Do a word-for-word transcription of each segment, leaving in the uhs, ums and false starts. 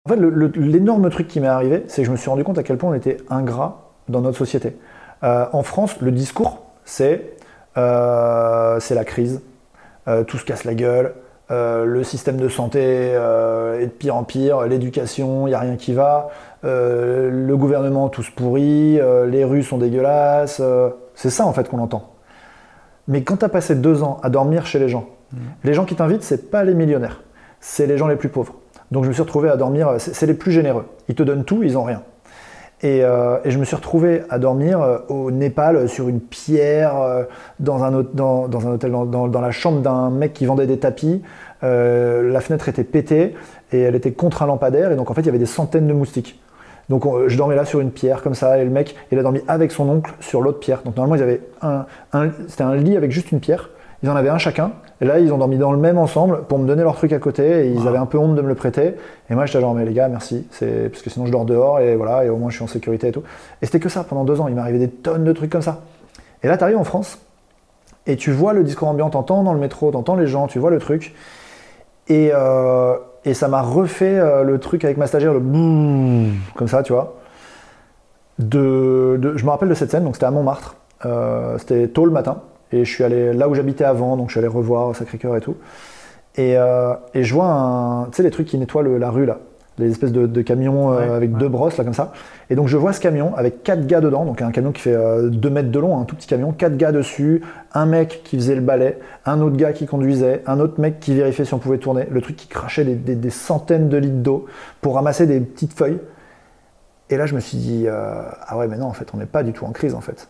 En fait, le, le, l'énorme truc qui m'est arrivé, c'est que je me suis rendu compte à quel point on était ingrat dans notre société. Euh, en France, le discours, c'est, euh, c'est la crise, euh, tout se casse la gueule, euh, le système de santé euh, est de pire en pire, l'éducation, il n'y a rien qui va, euh, le gouvernement tout se pourrit, euh, les rues sont dégueulasses. Euh, c'est ça en fait qu'on entend. Mais quand tu as passé deux ans à dormir chez les gens, mmh. les gens qui t'invitent, c'est pas les millionnaires, c'est les gens les plus pauvres. Donc je me suis retrouvé à dormir, c'est, c'est les plus généreux. Ils te donnent tout, ils n'ont rien. Et, euh, et je me suis retrouvé à dormir euh, au Népal sur une pierre, euh, dans, un, dans, dans un hôtel, dans, dans, dans la chambre d'un mec qui vendait des tapis. Euh, la fenêtre était pétée et elle était contre un lampadaire. Et donc en fait il y avait des centaines de moustiques. Donc on, je dormais là sur une pierre comme ça et le mec il a dormi avec son oncle sur l'autre pierre. Donc normalement ils avaient un, un, c'était un lit avec juste une pierre. Ils en avaient un chacun. Et là, ils ont dormi dans le même ensemble pour me donner leur truc à côté. Et ils wow. avaient un peu honte de me le prêter. Et moi, j'étais genre, mais les gars, merci. C'est... Parce que sinon, je dors dehors et voilà. Et au moins, je suis en sécurité et tout. Et c'était que ça pendant deux ans. Il m'arrivait des tonnes de trucs comme ça. Et là, tu arrives en France. Et tu vois le discours ambiant. T'entends dans le métro, t'entends les gens, tu vois le truc. Et, euh, et ça m'a refait euh, le truc avec ma stagiaire, le boum, comme ça, tu vois. De, de, je me rappelle de cette scène. Donc, c'était à Montmartre. Euh, c'était tôt le matin. Et je suis allé là où j'habitais avant, donc je suis allé revoir Sacré-Cœur et tout. Et, euh, et je vois un, tu sais les trucs qui nettoient le, la rue là, les espèces de, de camions euh, ouais, avec ouais. deux brosses là comme ça. Et donc je vois ce camion avec quatre gars dedans, donc un camion qui fait euh, deux mètres de long, un tout petit camion, quatre gars dessus, un mec qui faisait le balai, un autre gars qui conduisait, un autre mec qui vérifiait si on pouvait tourner, le truc qui crachait des, des, des centaines de litres d'eau pour ramasser des petites feuilles. Et là je me suis dit, euh, ah ouais mais non en fait on n'est pas du tout en crise en fait.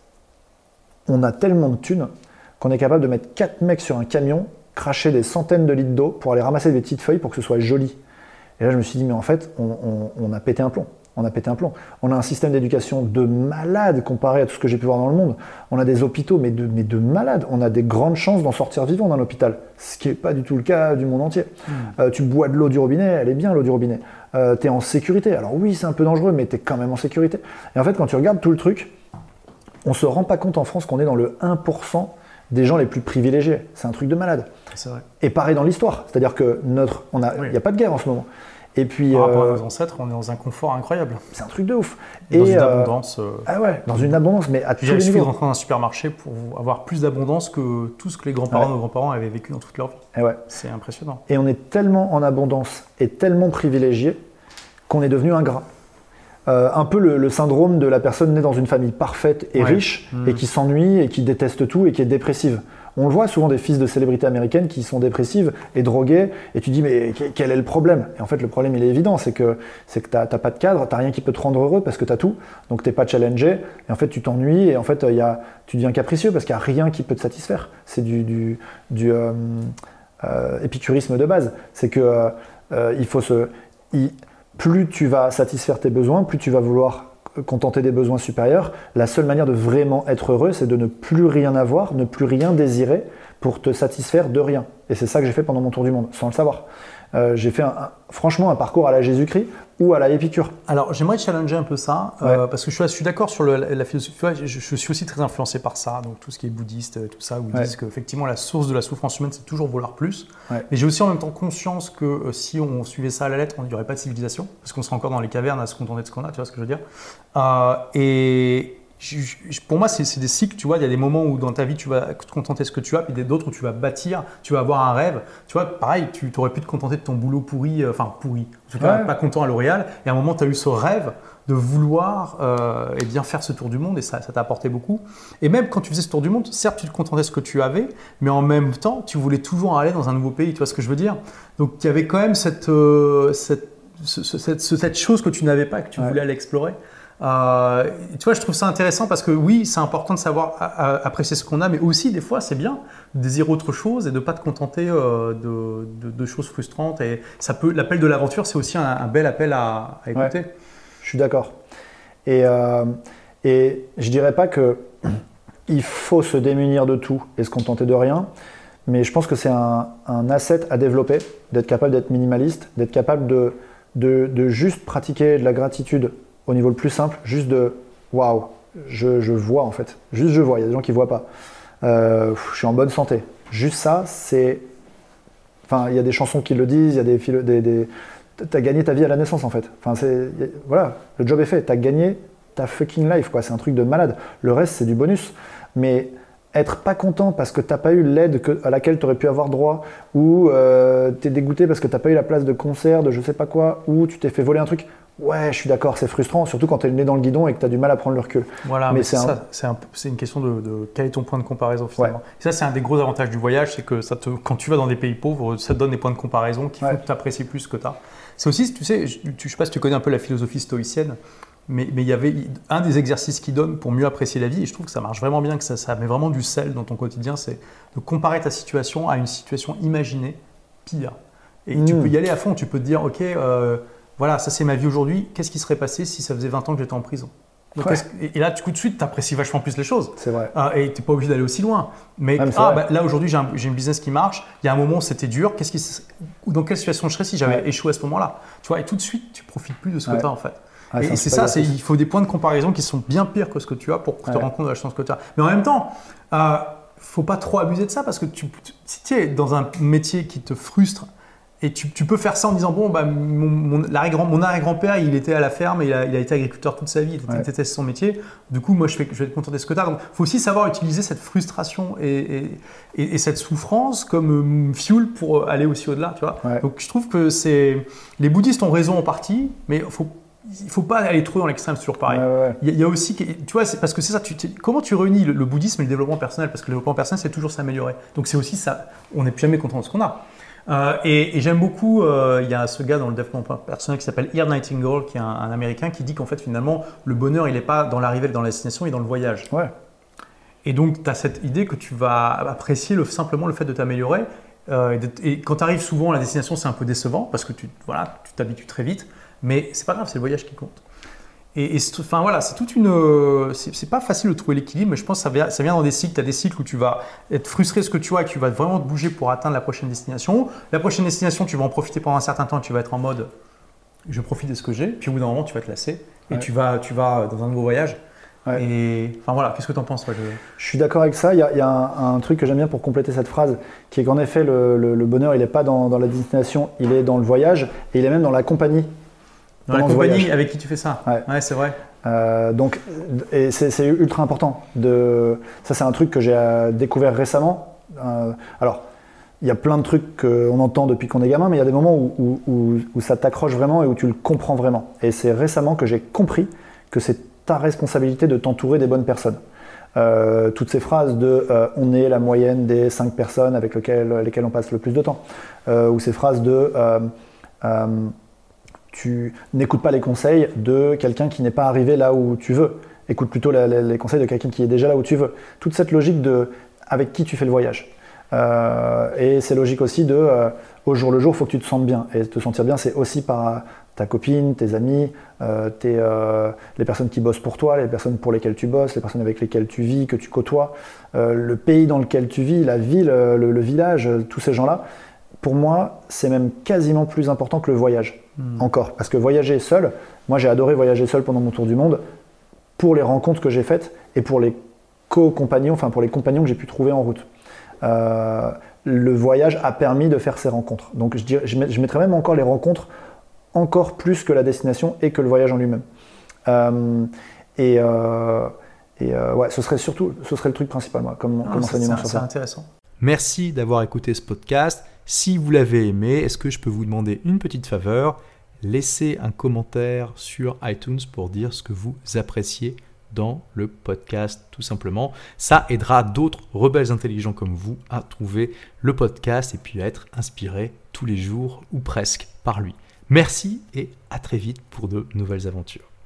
On a tellement de thunes qu'on est capable de mettre quatre mecs sur un camion, cracher des centaines de litres d'eau pour aller ramasser des petites feuilles pour que ce soit joli. Et là, je me suis dit, mais en fait, on, on, on a pété un plomb. On a pété un plomb. On a un système d'éducation de malade comparé à tout ce que j'ai pu voir dans le monde. On a des hôpitaux, mais de, mais de malade. On a des grandes chances d'en sortir vivant d'un hôpital, ce qui n'est pas du tout le cas du monde entier. Mmh. Euh, tu bois de l'eau du robinet, elle est bien l'eau du robinet. Euh, tu es en sécurité. Alors oui, c'est un peu dangereux, mais tu es quand même en sécurité. Et en fait, quand tu regardes tout le truc, on ne se rend pas compte en France qu'on est dans le un pour cent des gens les plus privilégiés. C'est un truc de malade. C'est vrai. Et pareil dans l'histoire. C'est-à-dire que notre, on a, il oui. n'y a pas de guerre en ce moment. Et puis, par rapport euh, à nos ancêtres, on est dans un confort incroyable. C'est un truc de ouf. Dans et une euh, abondance. Euh, ah ouais, dans une abondance, mais à tous les niveaux. Il suffit de rentrer dans un supermarché pour avoir plus d'abondance que tout ce que les grands-parents, ouais. nos grands-parents avaient vécu dans toute leur vie. Et ouais. C'est impressionnant. Et on est tellement en abondance et tellement privilégié qu'on est devenu ingrat. Euh, un peu le, le syndrome de la personne née dans une famille parfaite et ouais. riche mmh. et qui s'ennuie et qui déteste tout et qui est dépressive. On le voit souvent des fils de célébrités américaines qui sont dépressives et droguées et tu dis mais quel est le problème ? Et en fait le problème il est évident, c'est que, c'est que t'as, t'as pas de cadre, t'as rien qui peut te rendre heureux parce que t'as tout, donc t'es pas challengé et en fait tu t'ennuies et en fait y a, tu deviens capricieux parce qu'il n'y a rien qui peut te satisfaire. C'est du, du, du euh, euh, épicurisme de base, c'est que euh, euh, il faut se... Il, plus tu vas satisfaire tes besoins, plus tu vas vouloir contenter des besoins supérieurs. La seule manière de vraiment être heureux, c'est de ne plus rien avoir, ne plus rien désirer pour te satisfaire de rien. Et c'est ça que j'ai fait pendant mon tour du monde, sans le savoir. Euh, j'ai fait un, un, franchement un parcours à la Jésus-Christ ou à la Épicure. Alors j'aimerais challenger un peu ça, ouais. euh, parce que je suis, je suis d'accord sur le, la, la philosophie, je, je suis aussi très influencé par ça, donc tout ce qui est bouddhiste, tout ça, où ils ouais. disent qu'effectivement la source de la souffrance humaine c'est toujours vouloir plus, ouais. mais j'ai aussi en même temps conscience que euh, si on suivait ça à la lettre, il n'y aurait pas de civilisation, parce qu'on serait encore dans les cavernes à se contenter de ce qu'on a, tu vois ce que je veux dire. euh, Et Je, je, pour moi, c'est, c'est des cycles, tu vois, il y a des moments où dans ta vie, tu vas te contenter de ce que tu as, puis d'autres où tu vas bâtir, tu vas avoir un rêve. Tu vois, pareil, tu aurais pu te contenter de ton boulot pourri, euh, enfin pourri, en tout cas ouais. pas content à L'Oréal, et à un moment, tu as eu ce rêve de vouloir euh, eh bien, faire ce tour du monde, et ça, ça t'a apporté beaucoup. Et même quand tu faisais ce tour du monde, certes, tu te contentais de ce que tu avais, mais en même temps, tu voulais toujours aller dans un nouveau pays, tu vois ce que je veux dire ? Donc, il y avait quand même cette, euh, cette, ce, ce, cette, cette chose que tu n'avais pas, que tu ouais. voulais aller explorer. Euh, tu vois, je trouve ça intéressant parce que oui, c'est important de savoir a, a, apprécier ce qu'on a, mais aussi des fois, c'est bien de désirer autre chose et de ne pas te contenter euh, de, de, de choses frustrantes. Et ça peut, l'appel de l'aventure, c'est aussi un, un bel appel à, à écouter. Ouais, je suis d'accord. Et, euh, et je dirais pas que il faut se démunir de tout et se contenter de rien, mais je pense que c'est un, un asset à développer, d'être capable d'être minimaliste, d'être capable de, de, de juste pratiquer de la gratitude au niveau le plus simple, juste de waouh, je, je vois en fait, juste je vois, il y a des gens qui ne voient pas. Euh, je suis en bonne santé. Juste ça, c'est. Enfin, il y a des chansons qui le disent, il y a des, des, des, t'as gagné ta vie à la naissance en fait. Enfin, c'est, voilà, le job est fait, t'as gagné ta fucking life, quoi. C'est un truc de malade. Le reste, c'est du bonus. Mais être pas content parce que t'as pas eu l'aide que, à laquelle t'aurais pu avoir droit, ou euh, t'es dégoûté parce que t'as pas eu la place de concert, de je sais pas quoi, ou tu t'es fait voler un truc. Ouais, je suis d'accord, c'est frustrant, surtout quand t'es le nez dans le guidon et que t'as du mal à prendre le recul. Voilà, mais, mais c'est, c'est, un... ça, c'est, un, c'est une question de, de quel est ton point de comparaison finalement. Ouais. Et ça, c'est un des gros avantages du voyage, c'est que ça te, quand tu vas dans des pays pauvres, ça te donne des points de comparaison qui font ouais. que tu apprécies plus ce que tu as. C'est aussi, tu sais, je ne sais pas si tu connais un peu la philosophie stoïcienne, mais il y avait un des exercices qu'ils donnent pour mieux apprécier la vie, et je trouve que ça marche vraiment bien, que ça, ça met vraiment du sel dans ton quotidien, c'est de comparer ta situation à une situation imaginée pire. Et mmh. tu peux y aller à fond, tu peux te dire, ok, euh, voilà, ça c'est ma vie aujourd'hui, qu'est-ce qui serait passé si ça faisait vingt ans que j'étais en prison? Donc, ouais. Et là, tout de suite, tu apprécies vachement plus les choses. C'est vrai. Euh, et tu n'es pas obligé d'aller aussi loin. Mais, mais ah, bah, là, aujourd'hui, j'ai, un, j'ai une business qui marche. Il y a un moment, c'était dur. Qu'est-ce qui, dans quelle situation je serais si j'avais ouais. échoué à ce moment-là? Tu vois, et tout de suite, tu ne profites plus de ce que ouais. tu as en fait. Ah, et, et c'est ça, c'est, il faut des points de comparaison qui sont bien pires que ce que tu as pour ouais. te rendre compte de la chance que tu as. Mais en même temps, il euh, ne faut pas trop abuser de ça parce que tu, si tu es dans un métier qui te frustre, et tu, tu peux faire ça en disant, bon, bah, mon, mon, mon arrière-grand-père, il était à la ferme, et il a, il a été agriculteur toute sa vie, il ouais. détestait son métier. Du coup, moi, je, fais, je vais être content de ce que tu as. Donc, il faut aussi savoir utiliser cette frustration et, et, et, et cette souffrance comme fuel pour aller aussi au-delà. Tu vois ouais. Donc, je trouve que c'est… les bouddhistes ont raison en partie, mais faut, il ne faut pas aller trop dans l'extrême, c'est toujours pareil. Ouais, ouais. Il, y a, il y a aussi… Tu vois, c'est parce que c'est ça, tu, tu, comment tu réunis le, le bouddhisme et le développement personnel? Parce que le développement personnel, c'est toujours s'améliorer. Donc, c'est aussi ça, on n'est jamais content de ce qu'on a. Euh, et, et j'aime beaucoup, euh, il y a ce gars dans le développement personnel qui s'appelle Earl Nightingale, qui est un, un Américain, qui dit qu'en fait finalement le bonheur il n'est pas dans l'arrivée, dans la destination, il est dans le voyage. Ouais. Et donc tu as cette idée que tu vas apprécier le, simplement le fait de t'améliorer. Euh, et, de, et quand tu arrives souvent à la destination, c'est un peu décevant parce que tu voilà, tu t'habitues très vite, mais c'est pas grave, c'est le voyage qui compte. Et, et c'est, enfin, voilà, c'est toute une, c'est, c'est pas facile de trouver l'équilibre, mais je pense que ça vient, ça vient dans des cycles. Tu as des cycles où tu vas être frustré de ce que tu as et que tu vas vraiment te bouger pour atteindre la prochaine destination. La prochaine destination, tu vas en profiter pendant un certain temps, tu vas être en mode je profite de ce que j'ai, puis au bout d'un moment, tu vas te lasser et ouais. tu, vas, tu vas dans un nouveau voyage. Ouais. Et enfin voilà, qu'est-ce que tu en penses toi, je... je suis d'accord avec ça. Il y a, il y a un, un truc que j'aime bien pour compléter cette phrase, qui est qu'en effet, le, le, le bonheur, il n'est pas dans, dans la destination, il est dans le voyage et il est même dans la compagnie. Dans la compagnie avec qui tu fais ça. Ouais, ouais c'est vrai. Euh, donc, et c'est, c'est ultra important. De, ça, c'est un truc que j'ai euh, découvert récemment. Euh, alors, il y a plein de trucs qu'on entend depuis qu'on est gamin, mais il y a des moments où, où, où, où ça t'accroche vraiment et où tu le comprends vraiment. Et c'est récemment que j'ai compris que c'est ta responsabilité de t'entourer des bonnes personnes. Euh, toutes ces phrases de euh, « on est la moyenne des cinq personnes avec lesquelles, lesquelles on passe le plus de temps euh, », ou ces phrases de euh, euh, tu n'écoutes pas les conseils de quelqu'un qui n'est pas arrivé là où tu veux. Écoute plutôt la, la, les conseils de quelqu'un qui est déjà là où tu veux. Toute cette logique de avec qui tu fais le voyage. Euh, et c'est logique aussi de euh, au jour le jour, il faut que tu te sentes bien. Et te sentir bien, c'est aussi par ta copine, tes amis, euh, tes, euh, les personnes qui bossent pour toi, les personnes pour lesquelles tu bosses, les personnes avec lesquelles tu vis, que tu côtoies, euh, le pays dans lequel tu vis, la ville, le, le village, tous ces gens-là. Pour moi, c'est même quasiment plus important que le voyage, mmh. encore. Parce que voyager seul, moi j'ai adoré voyager seul pendant mon tour du monde, pour les rencontres que j'ai faites et pour les co-compagnons, enfin pour les compagnons que j'ai pu trouver en route. Euh, le voyage a permis de faire ces rencontres. Donc je, dirais, je, met, je mettrais même encore les rencontres encore plus que la destination et que le voyage en lui-même. Euh, et euh, et euh, ouais, ce serait surtout, ce serait le truc principal, moi, comme, ah, comme enseignement sur ça. C'est intéressant. Merci d'avoir écouté ce podcast. Si vous l'avez aimé, est-ce que je peux vous demander une petite faveur? Laissez un commentaire sur iTunes pour dire ce que vous appréciez dans le podcast, tout simplement. Ça aidera d'autres rebelles intelligents comme vous à trouver le podcast et puis à être inspirés tous les jours ou presque par lui. Merci et à très vite pour de nouvelles aventures.